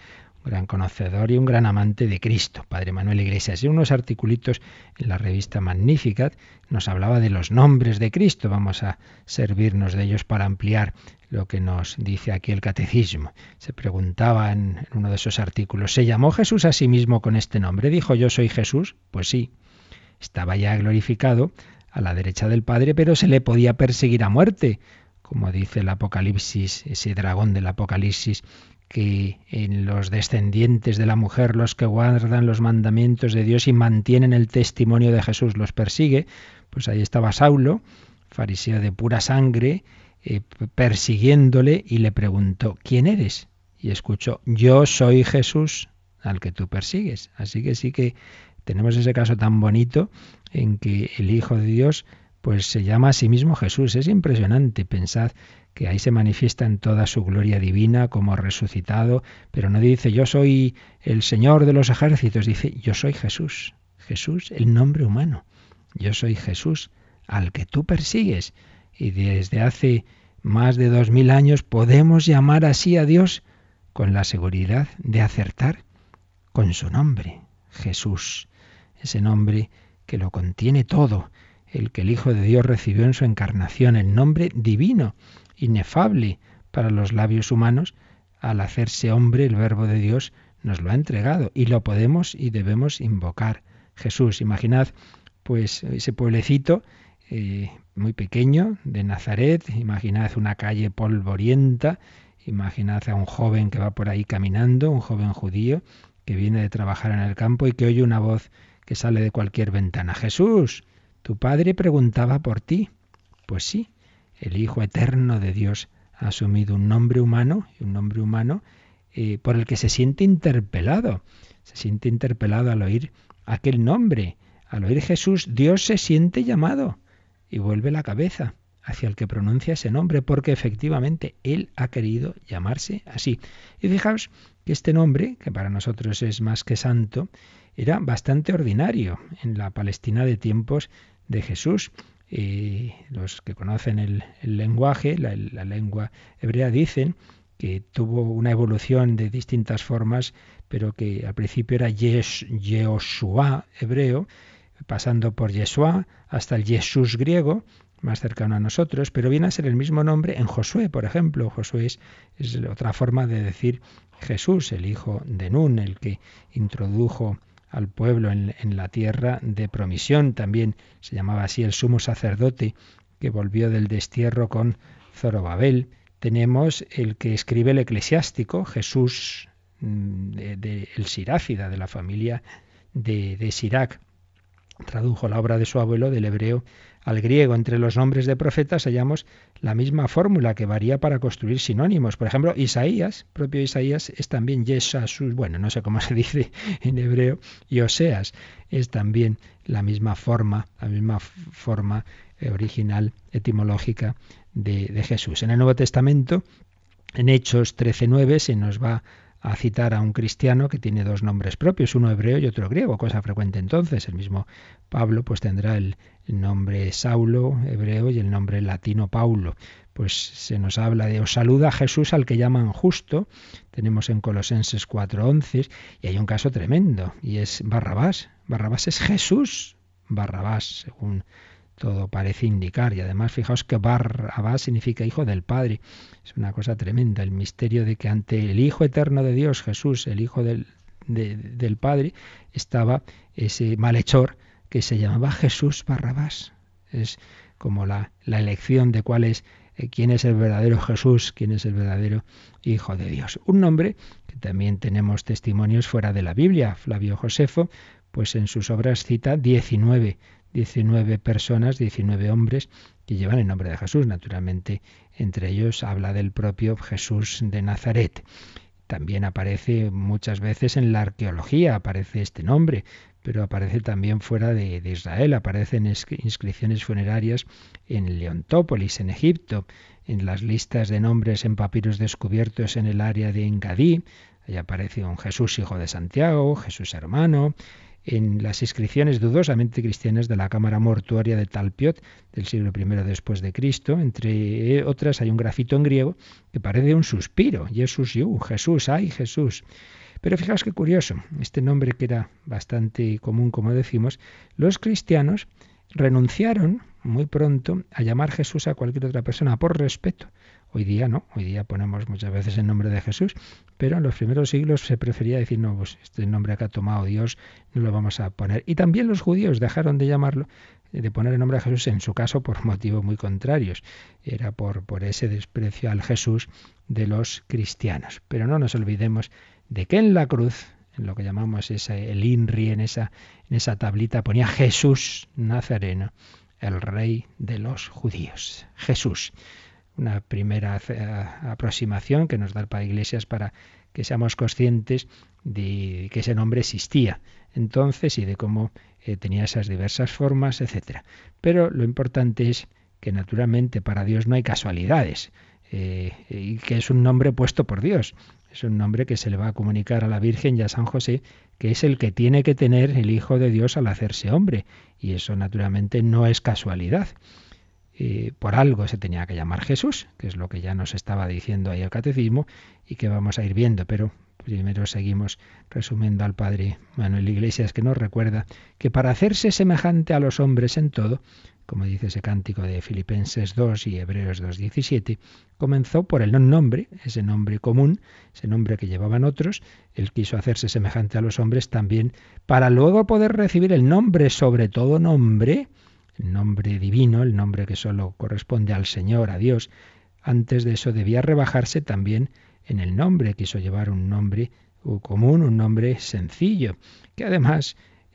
un gran conocedor y un gran amante de Cristo, Padre Manuel Iglesias. Y unos articulitos en la revista Magnificat nos hablaba de los nombres de Cristo. Vamos a servirnos de ellos para ampliar lo que nos dice aquí el Catecismo. Se preguntaba en uno de esos artículos, ¿se llamó Jesús a sí mismo con este nombre? ¿Dijo yo soy Jesús? Pues sí, estaba ya glorificado a la derecha del Padre, pero se le podía perseguir a muerte, como dice el Apocalipsis, ese dragón del Apocalipsis, que en los descendientes de la mujer, los que guardan los mandamientos de Dios y mantienen el testimonio de Jesús, los persigue. Pues ahí estaba Saulo, fariseo de pura sangre, eh, persiguiéndole, y le preguntó, ¿quién eres? Y escuchó, yo soy Jesús al que tú persigues. Así que sí que tenemos ese caso tan bonito en que el Hijo de Dios pues se llama a sí mismo Jesús. Es impresionante, pensad que ahí se manifiesta en toda su gloria divina como resucitado, pero no dice yo soy el Señor de los ejércitos, dice yo soy Jesús. Jesús, el nombre humano. Yo soy Jesús al que tú persigues. Y desde hace más de dos mil años podemos llamar así a Dios con la seguridad de acertar con su nombre, Jesús. Ese nombre que lo contiene todo, el que el Hijo de Dios recibió en su encarnación, el nombre divino, inefable para los labios humanos. Al hacerse hombre, el Verbo de Dios nos lo ha entregado y lo podemos y debemos invocar. Jesús, imaginad pues ese pueblecito eh, muy pequeño de Nazaret, imaginad una calle polvorienta, imaginad a un joven que va por ahí caminando, un joven judío que viene de trabajar en el campo y que oye una voz que sale de cualquier ventana. Jesús, tu padre preguntaba por ti. Pues sí, el Hijo eterno de Dios ha asumido un nombre humano, y un nombre humano eh, por el que se siente interpelado. Se siente interpelado al oír aquel nombre. Al oír Jesús, Dios se siente llamado y vuelve la cabeza hacia el que pronuncia ese nombre, porque efectivamente Él ha querido llamarse así. Y fijaos que este nombre, que para nosotros es más que santo, era bastante ordinario en la Palestina de tiempos de Jesús. Y los que conocen el, el lenguaje, la, la lengua hebrea, dicen que tuvo una evolución de distintas formas, pero que al principio era Yes, Yehoshua hebreo, pasando por Yeshua hasta el Jesús griego, más cercano a nosotros, pero viene a ser el mismo nombre en Josué, por ejemplo. Josué es, es otra forma de decir Jesús, el hijo de Nun, el que introdujo al pueblo en, en la tierra de promisión. También se llamaba así el sumo sacerdote que volvió del destierro con Zorobabel. Tenemos el que escribe el eclesiástico, Jesús, de, de, el Sirácida, de la familia de, de Sirac. Tradujo la obra de su abuelo del hebreo al griego. Entre los nombres de profetas hallamos la misma fórmula que varía para construir sinónimos. Por ejemplo, Isaías, propio Isaías, es también Yeshasus, bueno, no sé cómo se dice en hebreo, y Oseas es también la misma forma, la misma forma eh, original etimológica de, de Jesús. En el Nuevo Testamento, en Hechos trece nueve, se nos va a citar a un cristiano que tiene dos nombres propios, uno hebreo y otro griego, cosa frecuente entonces. El mismo Pablo pues tendrá el, el nombre Saulo hebreo y el nombre latino Paulo. Pues se nos habla de os saluda Jesús al que llaman justo, tenemos en Colosenses cuatro once, y hay un caso tremendo, y es Barrabás. Barrabás es Jesús, Barrabás, según todo parece indicar, y además fijaos que Barrabás significa hijo del Padre. Es una cosa tremenda, el misterio de que ante el Hijo eterno de Dios, Jesús, el Hijo del, de, del Padre, estaba ese malhechor que se llamaba Jesús Barrabás. Es como la, la elección de cuál es, eh, quién es el verdadero Jesús, quién es el verdadero Hijo de Dios. Un nombre que también tenemos testimonios fuera de la Biblia. Flavio Josefo, pues en sus obras cita diecinueve personas, diecinueve hombres que llevan el nombre de Jesús. Naturalmente, entre ellos habla del propio Jesús de Nazaret. También aparece muchas veces en la arqueología, aparece este nombre, pero aparece también fuera de, de Israel, aparecen inscripciones funerarias en Leontópolis, en Egipto, en las listas de nombres en papiros descubiertos en el área de Engadí. Ahí aparece un Jesús hijo de Santiago, Jesús hermano. En las inscripciones dudosamente cristianas de la cámara mortuaria de Talpiot del siglo primero después de Cristo, entre otras hay un grafito en griego que parece un suspiro, Jesús, Jesús, ay Jesús. Pero fijaos qué curioso, este nombre que era bastante común, como decimos, los cristianos renunciaron muy pronto a llamar Jesús a cualquier otra persona por respeto. Hoy día no, hoy día ponemos muchas veces el nombre de Jesús, pero en los primeros siglos se prefería decir, no, pues este nombre que ha tomado Dios no lo vamos a poner. Y también los judíos dejaron de llamarlo, de poner el nombre de Jesús, en su caso por motivos muy contrarios. Era por, por ese desprecio al Jesús de los cristianos. Pero no nos olvidemos de que en la cruz, en lo que llamamos esa, el INRI, en esa, en esa tablita ponía Jesús Nazareno, el Rey de los judíos. Jesús. Una primera aproximación que nos da el Padre Iglesias para que seamos conscientes de que ese nombre existía entonces y de cómo eh, tenía esas diversas formas, etcétera. Pero lo importante es que naturalmente para Dios no hay casualidades eh, y que es un nombre puesto por Dios. Es un nombre que se le va a comunicar a la Virgen y a San José, que es el que tiene que tener el Hijo de Dios al hacerse hombre. Y eso naturalmente no es casualidad. Eh, por algo se tenía que llamar Jesús, que es lo que ya nos estaba diciendo ahí el Catecismo y que vamos a ir viendo, pero primero seguimos resumiendo al Padre Manuel Iglesias, que nos recuerda que para hacerse semejante a los hombres en todo, como dice ese cántico de Filipenses dos y Hebreos dos diecisiete, comenzó por el nombre, ese nombre común, ese nombre que llevaban otros. Él quiso hacerse semejante a los hombres también para luego poder recibir el nombre sobre todo nombre, el nombre divino, el nombre que solo corresponde al Señor, a Dios. Antes de eso debía rebajarse también en el nombre, quiso llevar un nombre común, un nombre sencillo, que además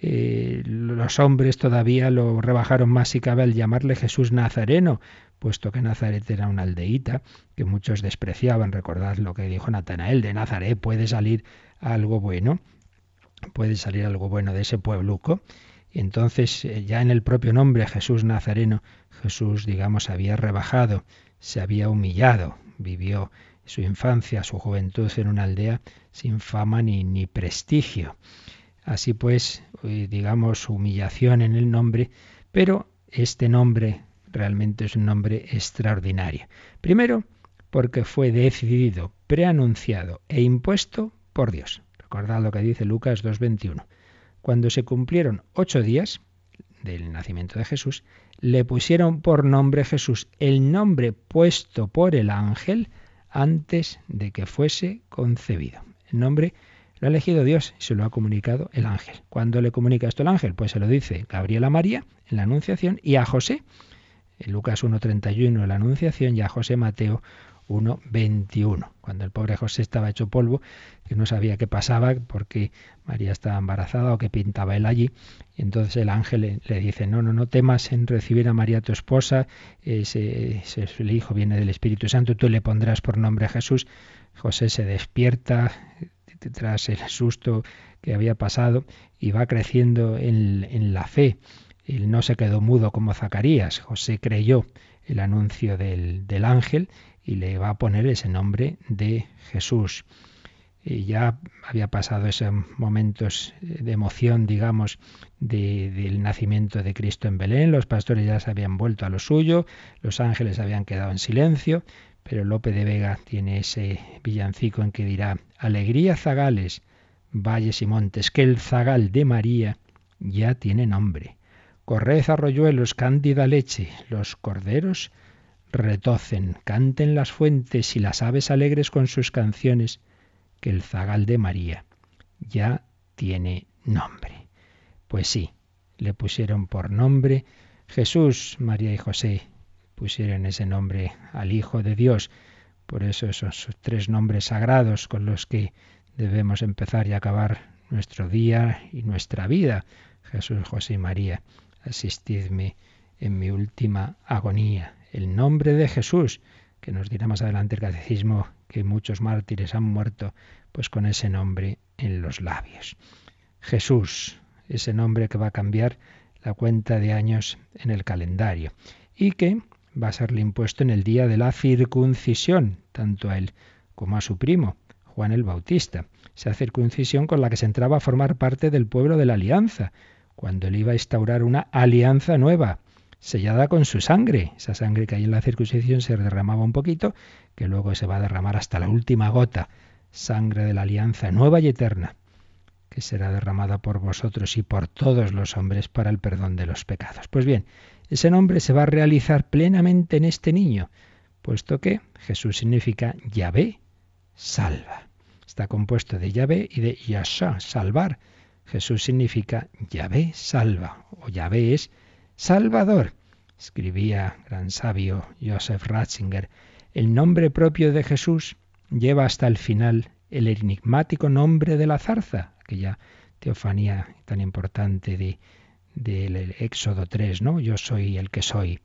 eh, los hombres todavía lo rebajaron más si cabe al llamarle Jesús Nazareno, puesto que Nazaret era una aldeíta que muchos despreciaban. Recordad lo que dijo Natanael, de Nazaret puede salir algo bueno, puede salir algo bueno de ese puebluco. Y entonces ya en el propio nombre Jesús Nazareno, Jesús, digamos, había rebajado, se había humillado, vivió su infancia, su juventud en una aldea sin fama ni, ni prestigio. Así pues, digamos, humillación en el nombre, pero este nombre realmente es un nombre extraordinario. Primero, porque fue decidido, preanunciado e impuesto por Dios. Recordad lo que dice Lucas dos veintiuno. Cuando se cumplieron ocho días del nacimiento de Jesús, le pusieron por nombre Jesús, el nombre puesto por el ángel antes de que fuese concebido. El nombre lo ha elegido Dios y se lo ha comunicado el ángel. ¿Cuándo le comunica esto el ángel? Pues se lo dice Gabriel a María en la Anunciación y a José, en Lucas uno treinta y uno la Anunciación, y a José Mateo uno veintiuno, cuando el pobre José estaba hecho polvo, que no sabía qué pasaba porque María estaba embarazada o qué pintaba él allí, y entonces el ángel le, le dice, no, no, no temas en recibir a María tu esposa, ese, ese, el hijo viene del Espíritu Santo, tú le pondrás por nombre Jesús. José se despierta tras el susto que había pasado y va creciendo en, en la fe. Él no se quedó mudo como Zacarías, José creyó el anuncio del, del ángel y le va a poner ese nombre de Jesús. Y ya había pasado esos momentos de emoción, digamos, de, del nacimiento de Cristo en Belén. Los pastores ya se habían vuelto a lo suyo, los ángeles habían quedado en silencio, pero Lope de Vega tiene ese villancico en que dirá: alegría zagales, valles y montes, que el zagal de María ya tiene nombre. Corred arroyuelos, cándida leche, los corderos retocen, canten las fuentes y las aves alegres con sus canciones, que el zagal de María ya tiene nombre. Pues sí, le pusieron por nombre Jesús. María y José pusieron ese nombre al Hijo de Dios. Por eso esos tres nombres sagrados con los que debemos empezar y acabar nuestro día y nuestra vida. Jesús, José y María, asistidme en mi última agonía. El nombre de Jesús, que nos dirá más adelante el Catecismo que muchos mártires han muerto pues con ese nombre en los labios. Jesús, ese nombre que va a cambiar la cuenta de años en el calendario y que va a serle impuesto en el día de la circuncisión, tanto a él como a su primo, Juan el Bautista. Esa circuncisión con la que se entraba a formar parte del pueblo de la alianza, cuando él iba a instaurar una alianza nueva, sellada con su sangre. Esa sangre que hay en la circuncisión se derramaba un poquito, que luego se va a derramar hasta la última gota sangre de la alianza nueva y eterna, que será derramada por vosotros y por todos los hombres para el perdón de los pecados. Pues bien, ese nombre se va a realizar plenamente en este niño, puesto que Jesús significa Yahvé, salva. Está compuesto de Yahvé y de Yashá, salvar. Jesús significa Yahvé, salva, o Yahvé es Salvador. Escribía gran sabio Joseph Ratzinger, el nombre propio de Jesús lleva hasta el final el enigmático nombre de la zarza, aquella teofanía tan importante de, del Éxodo tres, ¿no? Yo soy el que soy.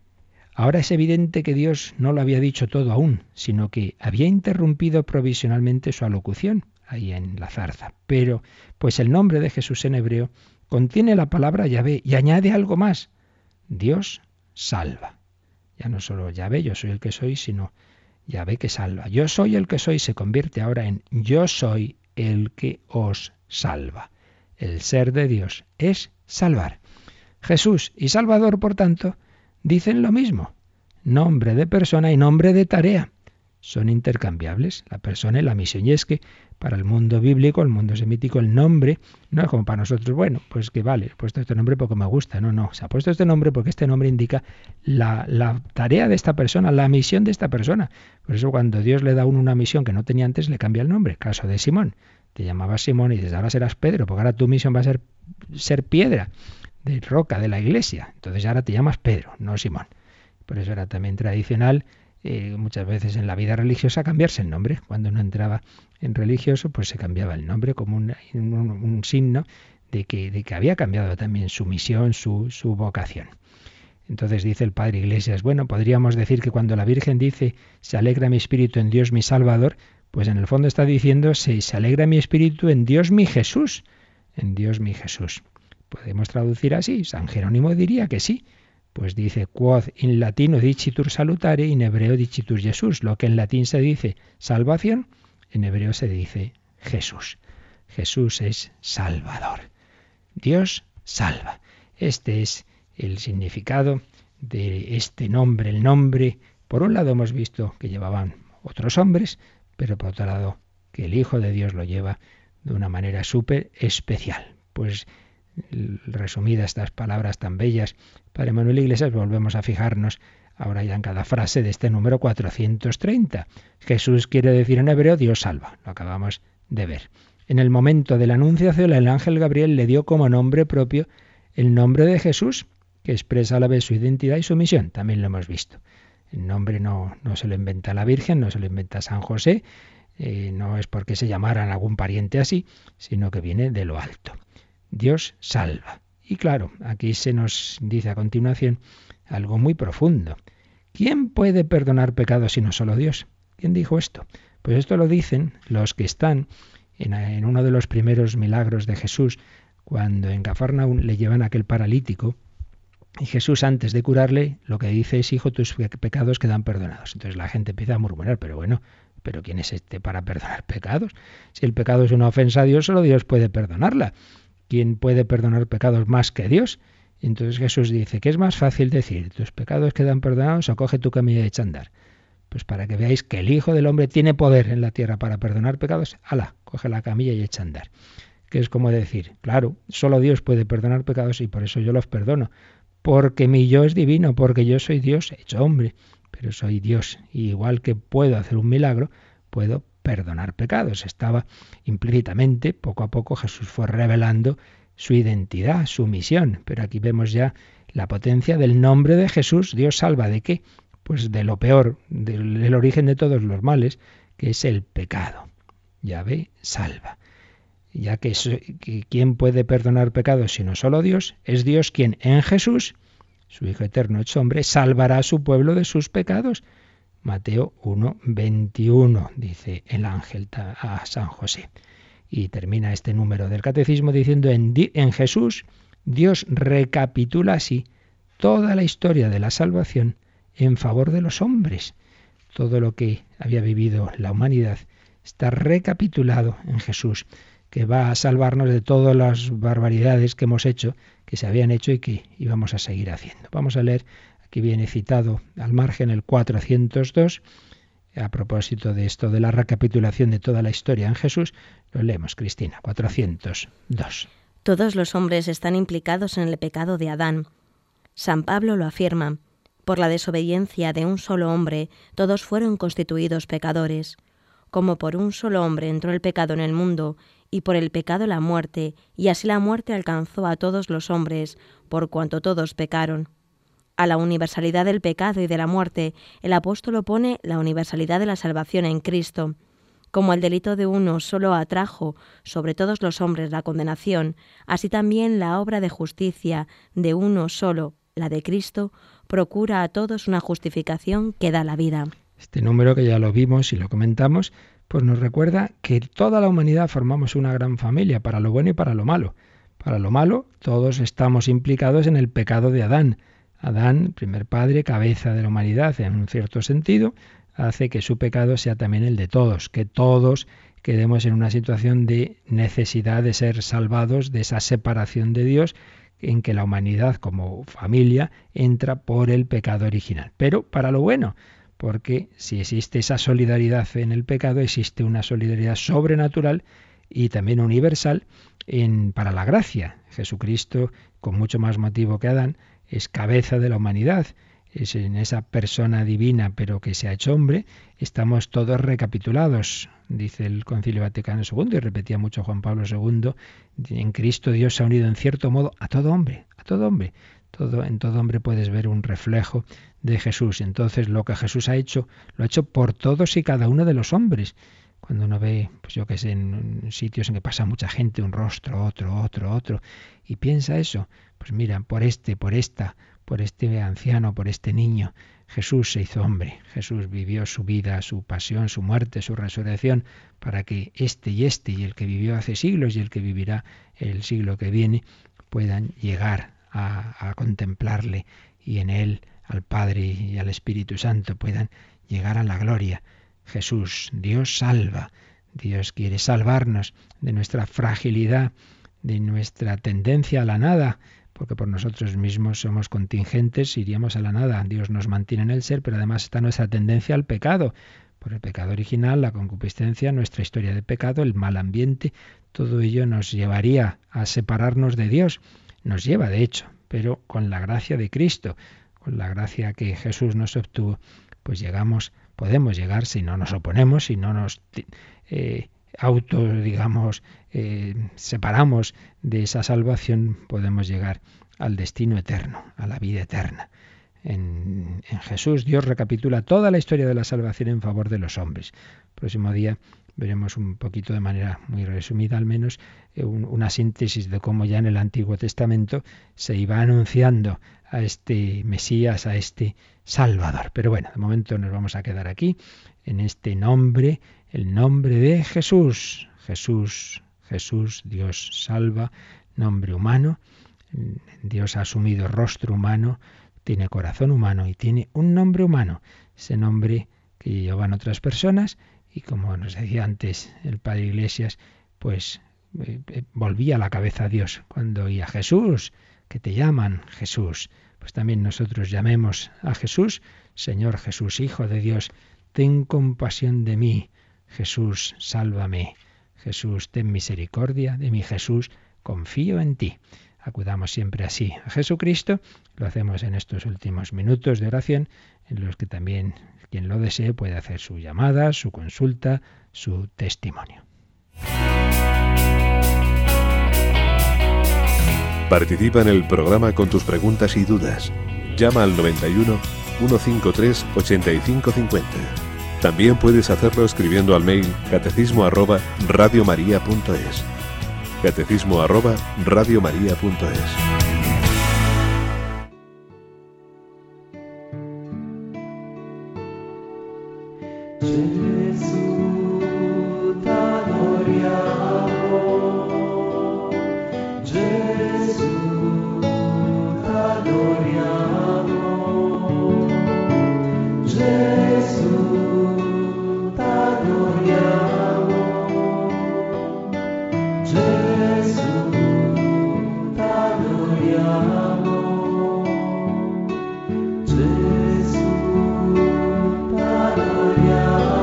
Ahora es evidente que Dios no lo había dicho todo aún, sino que había interrumpido provisionalmente su alocución ahí en la zarza. Pero, pues el nombre de Jesús en hebreo contiene la palabra Yahvé y añade algo más. Dios salva. Ya no solo Yahvé, yo soy el que soy, sino Yahvé que salva. Yo soy el que soy se convierte ahora en yo soy el que os salva. El ser de Dios es salvar. Jesús y Salvador, por tanto, dicen lo mismo. Nombre de persona y nombre de tarea. Son intercambiables, la persona y la misión. Y es que para el mundo bíblico, el mundo semítico, el nombre no es como para nosotros, bueno, pues que vale, he puesto este nombre porque me gusta. No, no, se ha puesto este nombre porque este nombre indica la, la tarea de esta persona, la misión de esta persona. Por eso cuando Dios le da a uno una misión que no tenía antes, le cambia el nombre. Caso de Simón. Te llamabas Simón y desde ahora serás Pedro, porque ahora tu misión va a ser ser piedra de roca de la iglesia. Entonces ahora te llamas Pedro, no Simón. Por eso era también tradicional eh, muchas veces en la vida religiosa cambiarse el nombre. Cuando uno entraba en religioso, pues se cambiaba el nombre como un, un, un signo de que, de que había cambiado también su misión, su, su vocación. Entonces dice el Padre Iglesias, bueno, podríamos decir que cuando la Virgen dice se alegra mi espíritu en Dios mi Salvador, pues en el fondo está diciendo se, se alegra mi espíritu en Dios mi Jesús, en Dios mi Jesús. ¿Podemos traducir así? San Jerónimo diría que sí. Pues dice, quod in latino dicitur salutare, in hebreo dicitur Jesús. Lo que en latín se dice salvación, en hebreo se dice Jesús. Jesús es Salvador. Dios salva. Este es el significado de este nombre. El nombre, por un lado hemos visto que llevaban otros hombres, pero por otro lado que el Hijo de Dios lo lleva de una manera súper especial. Pues resumidas estas palabras tan bellas, Padre Manuel Iglesias, volvemos a fijarnos ahora ya en cada frase de este número cuatrocientos treinta. Jesús quiere decir en hebreo Dios salva, lo acabamos de ver. En el momento de la anunciación, el ángel Gabriel le dio como nombre propio el nombre de Jesús, que expresa a la vez su identidad y su misión. También lo hemos visto. El nombre no, no se lo inventa la Virgen, no se lo inventa San José, eh, no es porque se llamaran algún pariente así, sino que viene de lo alto. Dios salva. Y claro, aquí se nos dice a continuación algo muy profundo. ¿Quién puede perdonar pecados sino solo Dios? ¿Quién dijo esto? Pues esto lo dicen los que están en, en uno de los primeros milagros de Jesús, cuando en Cafarnaún le llevan a aquel paralítico, y Jesús antes de curarle lo que dice es, hijo, tus pecados quedan perdonados. Entonces la gente empieza a murmurar, pero bueno, ¿pero quién es este para perdonar pecados? Si el pecado es una ofensa a Dios, solo Dios puede perdonarla. ¿Quién puede perdonar pecados más que Dios? Y entonces Jesús dice, ¿qué es más fácil decir? ¿Tus pecados quedan perdonados o coge tu camilla y echa a andar? Pues para que veáis que el Hijo del Hombre tiene poder en la tierra para perdonar pecados, ¡hala! Coge la camilla y echa a andar. Que es como decir, claro, solo Dios puede perdonar pecados y por eso yo los perdono. Porque mi yo es divino, porque yo soy Dios hecho hombre, pero soy Dios. Y igual que puedo hacer un milagro, puedo perdonar pecados. Estaba implícitamente, poco a poco Jesús fue revelando su identidad, su misión. Pero aquí vemos ya la potencia del nombre de Jesús. Dios salva ¿de qué? Pues de lo peor, del, del origen de todos los males, que es el pecado. Yahvé salva. Ya que, que ¿quién puede perdonar pecados sino solo Dios? Es Dios quien en Jesús, su Hijo eterno hecho hombre, salvará a su pueblo de sus pecados. Mateo uno, veintiuno, dice el ángel a San José. Y termina este número del Catecismo diciendo, en, en Jesús, Dios recapitula así toda la historia de la salvación en favor de los hombres. Todo lo que había vivido la humanidad está recapitulado en Jesús, que va a salvarnos de todas las barbaridades que hemos hecho, que se habían hecho y que íbamos a seguir haciendo. Vamos a leer, aquí viene citado al margen el cuatrocientos dos, A propósito de esto de la recapitulación de toda la historia en Jesús, lo leemos, Cristina, cuatrocientos dos. Todos los hombres están implicados en el pecado de Adán. San Pablo lo afirma. Por la desobediencia de un solo hombre, todos fueron constituidos pecadores. Como por un solo hombre entró el pecado en el mundo, y por el pecado la muerte, y así la muerte alcanzó a todos los hombres, por cuanto todos pecaron. A la universalidad del pecado y de la muerte, el apóstol opone la universalidad de la salvación en Cristo. Como el delito de uno solo atrajo sobre todos los hombres la condenación, así también la obra de justicia de uno solo, la de Cristo, procura a todos una justificación que da la vida. Este número, que ya lo vimos y lo comentamos, pues nos recuerda que toda la humanidad formamos una gran familia, para lo bueno y para lo malo. Para lo malo, todos estamos implicados en el pecado de Adán. Adán, primer padre, cabeza de la humanidad, en un cierto sentido, hace que su pecado sea también el de todos, que todos quedemos en una situación de necesidad de ser salvados de esa separación de Dios, en que la humanidad como familia entra por el pecado original. Pero para lo bueno, porque si existe esa solidaridad en el pecado, existe una solidaridad sobrenatural y también universal en, para la gracia. Jesucristo, con mucho más motivo que Adán, es cabeza de la humanidad, es en esa persona divina pero que se ha hecho hombre. Estamos todos recapitulados, dice el Concilio Vaticano segundo, y repetía mucho Juan Pablo segundo, en Cristo Dios se ha unido en cierto modo a todo hombre, a todo hombre. Todo, en todo hombre puedes ver un reflejo de Jesús. Entonces lo que Jesús ha hecho, lo ha hecho por todos y cada uno de los hombres. Cuando uno ve, pues yo qué sé, en sitios en que pasa mucha gente, un rostro, otro, otro, otro, y piensa eso, pues mira, por este, por esta, por este anciano, por este niño, Jesús se hizo hombre. Jesús vivió su vida, su pasión, su muerte, su resurrección, para que este y este, y el que vivió hace siglos y el que vivirá el siglo que viene, puedan llegar a, a contemplarle, y en él al Padre y al Espíritu Santo puedan llegar a la gloria. Jesús, Dios salva. Dios quiere salvarnos de nuestra fragilidad, de nuestra tendencia a la nada, porque por nosotros mismos somos contingentes, iríamos a la nada. Dios nos mantiene en el ser, pero además está nuestra tendencia al pecado. Por el pecado original, la concupiscencia, nuestra historia de pecado, el mal ambiente, todo ello nos llevaría a separarnos de Dios. Nos lleva, de hecho, pero con la gracia de Cristo, con la gracia que Jesús nos obtuvo, pues llegamos, podemos llegar, si no nos oponemos, si no nos eh, auto, digamos, eh, separamos de esa salvación, podemos llegar al destino eterno, a la vida eterna. En, en Jesús Dios recapitula toda la historia de la salvación en favor de los hombres. Próximo día veremos un poquito, de manera muy resumida al menos, un, una síntesis de cómo ya en el Antiguo Testamento se iba anunciando a este Mesías, a este Salvador. Pero bueno, de momento nos vamos a quedar aquí, en este nombre, el nombre de Jesús. Jesús, Jesús, Dios salva, nombre humano. Dios ha asumido rostro humano, tiene corazón humano y tiene un nombre humano. Ese nombre que llevan otras personas, y como nos decía antes el Padre Iglesias, pues eh, eh, volvía la cabeza a Dios cuando oía Jesús, que te llaman Jesús. Pues también nosotros llamemos a Jesús, Señor Jesús, Hijo de Dios, ten compasión de mí. Jesús, sálvame. Jesús, ten misericordia de mí. Jesús, confío en ti. Acudamos siempre así a Jesucristo. Lo hacemos en estos últimos minutos de oración, en los que también quien lo desee puede hacer su llamada, su consulta, su testimonio. Participa en el programa con tus preguntas y dudas. Llama al noventa y uno, ciento cincuenta y tres, ochenta y cinco cincuenta. También puedes hacerlo escribiendo al mail catecismo arroba radiomaria punto es. Catecismo arroba radiomaria punto es. Jesús, te adoramos.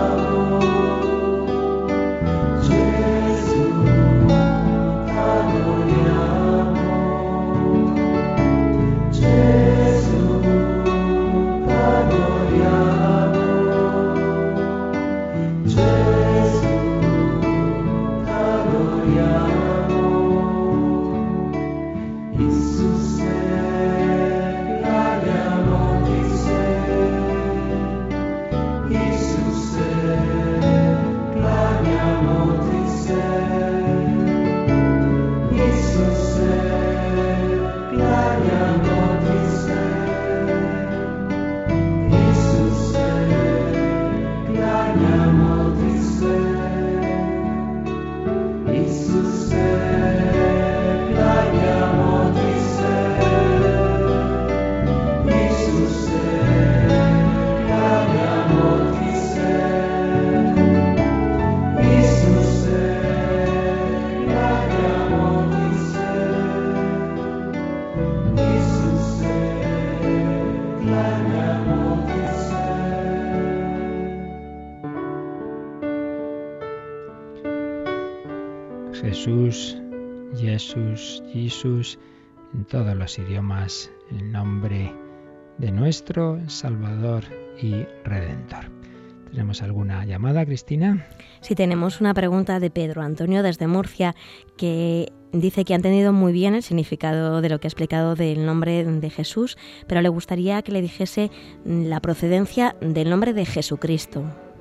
Jesús, Jesús, Jesús, en todos los idiomas, en nombre de nuestro Salvador y Redentor. ¿Tenemos alguna llamada, Cristina? Sí, tenemos una pregunta de Pedro Antonio desde Murcia, que dice que ha entendido muy bien el significado de lo que ha explicado del nombre de Jesús, pero le gustaría que le dijese la procedencia del nombre de Jesucristo.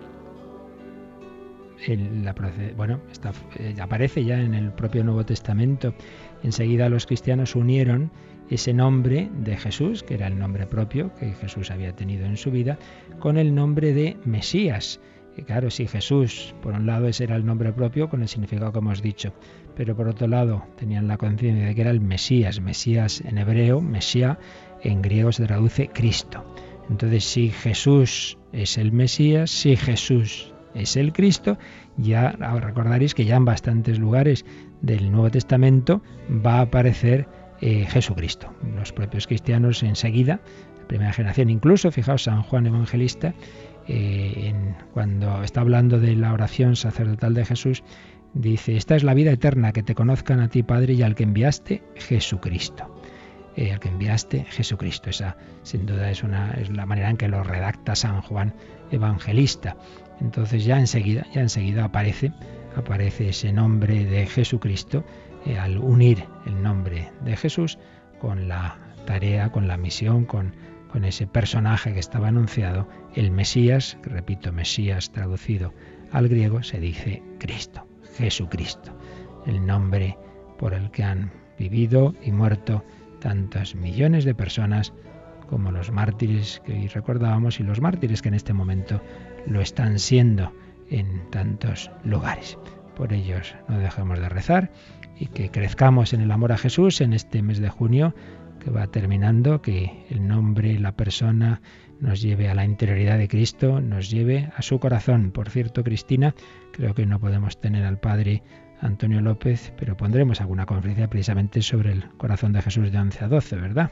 El, la, bueno, está, eh, aparece ya en el propio Nuevo Testamento. Enseguida los cristianos unieron ese nombre de Jesús, que era el nombre propio que Jesús había tenido en su vida, con el nombre de Mesías. Y claro, si Jesús, por un lado, ese era el nombre propio con el significado que hemos dicho, pero por otro lado tenían la conciencia de que era el Mesías. Mesías en hebreo, Mesía, en griego se traduce Cristo. Entonces, si Jesús es el Mesías, si Jesús es el Cristo, ya recordaréis que ya en bastantes lugares del Nuevo Testamento va a aparecer eh, Jesucristo. Los propios cristianos enseguida, la primera generación, incluso, fijaos, San Juan Evangelista, eh, en, cuando está hablando de la oración sacerdotal de Jesús, dice: esta es la vida eterna, que te conozcan a ti, Padre, y al que enviaste, Jesucristo. Eh, al que enviaste, Jesucristo. Esa, sin duda, es, una, es la manera en que lo redacta San Juan Evangelista. Entonces ya enseguida, ya enseguida aparece, aparece ese nombre de Jesucristo, eh, al unir el nombre de Jesús con la tarea, con la misión, con, con ese personaje que estaba anunciado, el Mesías, que repito, Mesías traducido al griego se dice Cristo, Jesucristo, el nombre por el que han vivido y muerto tantos millones de personas como los mártires que hoy recordábamos y los mártires que en este momento lo están siendo en tantos lugares. Por ellos no dejemos de rezar y que crezcamos en el amor a Jesús en este mes de junio que va terminando, que el nombre, la persona nos lleve a la interioridad de Cristo, nos lleve a su corazón. Por cierto, Cristina, creo que no podemos tener al Padre Antonio López, pero pondremos alguna conferencia precisamente sobre el corazón de Jesús de once a doce, ¿verdad?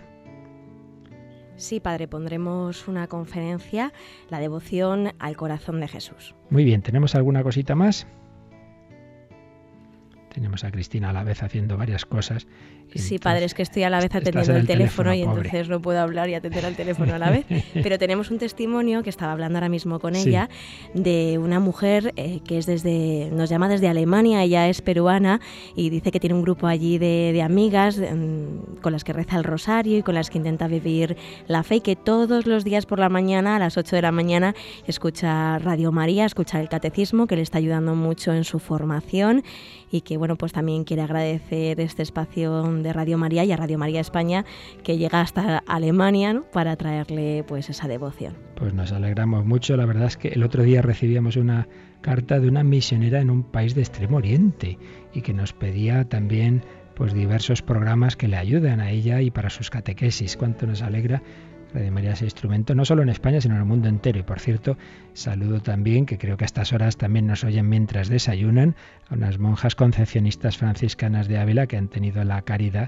Sí, Padre, pondremos una conferencia, la devoción al corazón de Jesús. Muy bien, ¿tenemos alguna cosita más? Tenemos a Cristina a la vez haciendo varias cosas. Sí, Padre, es que estoy a la vez atendiendo el, el teléfono, teléfono y pobre. Entonces no puedo hablar y atender al teléfono a la vez. Pero tenemos un testimonio que estaba hablando ahora mismo con ella, sí, de una mujer eh, que es desde, nos llama desde Alemania. Ella es peruana y dice que tiene un grupo allí de, de amigas um, con las que reza el rosario y con las que intenta vivir la fe, y que todos los días por la mañana, a las ocho de la mañana, escucha Radio María, escucha el catecismo, que le está ayudando mucho en su formación, y que bueno, pues también quiere agradecer este espacio de Radio María y a Radio María España, que llega hasta Alemania, ¿no?, para traerle pues esa devoción. Pues nos alegramos mucho. La verdad es que el otro día recibíamos una carta de una misionera en un país de Extremo Oriente y que nos pedía también pues diversos programas que le ayudan a ella y para sus catequesis. Cuánto nos alegra Radio María ese instrumento, no solo en España, sino en el mundo entero. Y por cierto, saludo también, que creo que a estas horas también nos oyen mientras desayunan, a unas monjas concepcionistas franciscanas de Ávila que han tenido la caridad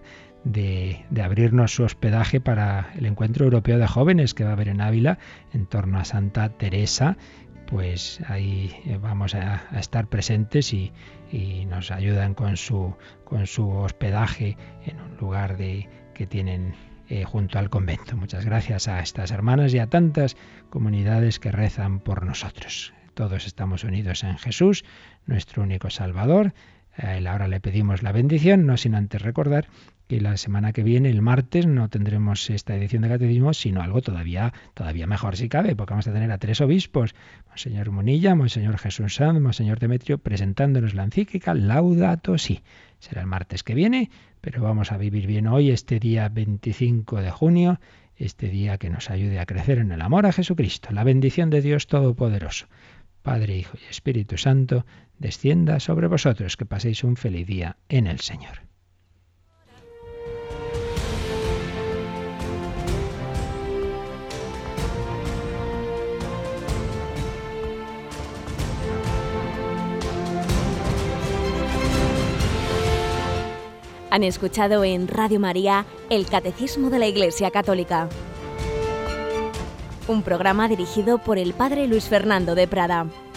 de, de abrirnos su hospedaje para el encuentro europeo de jóvenes que va a haber en Ávila en torno a Santa Teresa. Pues ahí vamos a, a estar presentes y, y nos ayudan con su, con su hospedaje en un lugar de, que tienen Eh, junto al convento. Muchas gracias a estas hermanas y a tantas comunidades que rezan por nosotros. Todos estamos unidos en Jesús, nuestro único Salvador. A él ahora le pedimos la bendición, no sin antes recordar que la semana que viene, el martes, no tendremos esta edición de Catecismo, sino algo todavía, todavía mejor si cabe, porque vamos a tener a tres obispos, Monseñor Munilla, Monseñor Jesús Sanz, Monseñor Demetrio, presentándonos la encíclica Laudato Si. Será el martes que viene, pero vamos a vivir bien hoy, este día veinticinco de junio, este día que nos ayude a crecer en el amor a Jesucristo. La bendición de Dios Todopoderoso, Padre, Hijo y Espíritu Santo, descienda sobre vosotros. Que paséis un feliz día en el Señor. Han escuchado en Radio María el Catecismo de la Iglesia Católica, un programa dirigido por el Padre Luis Fernando de Prada.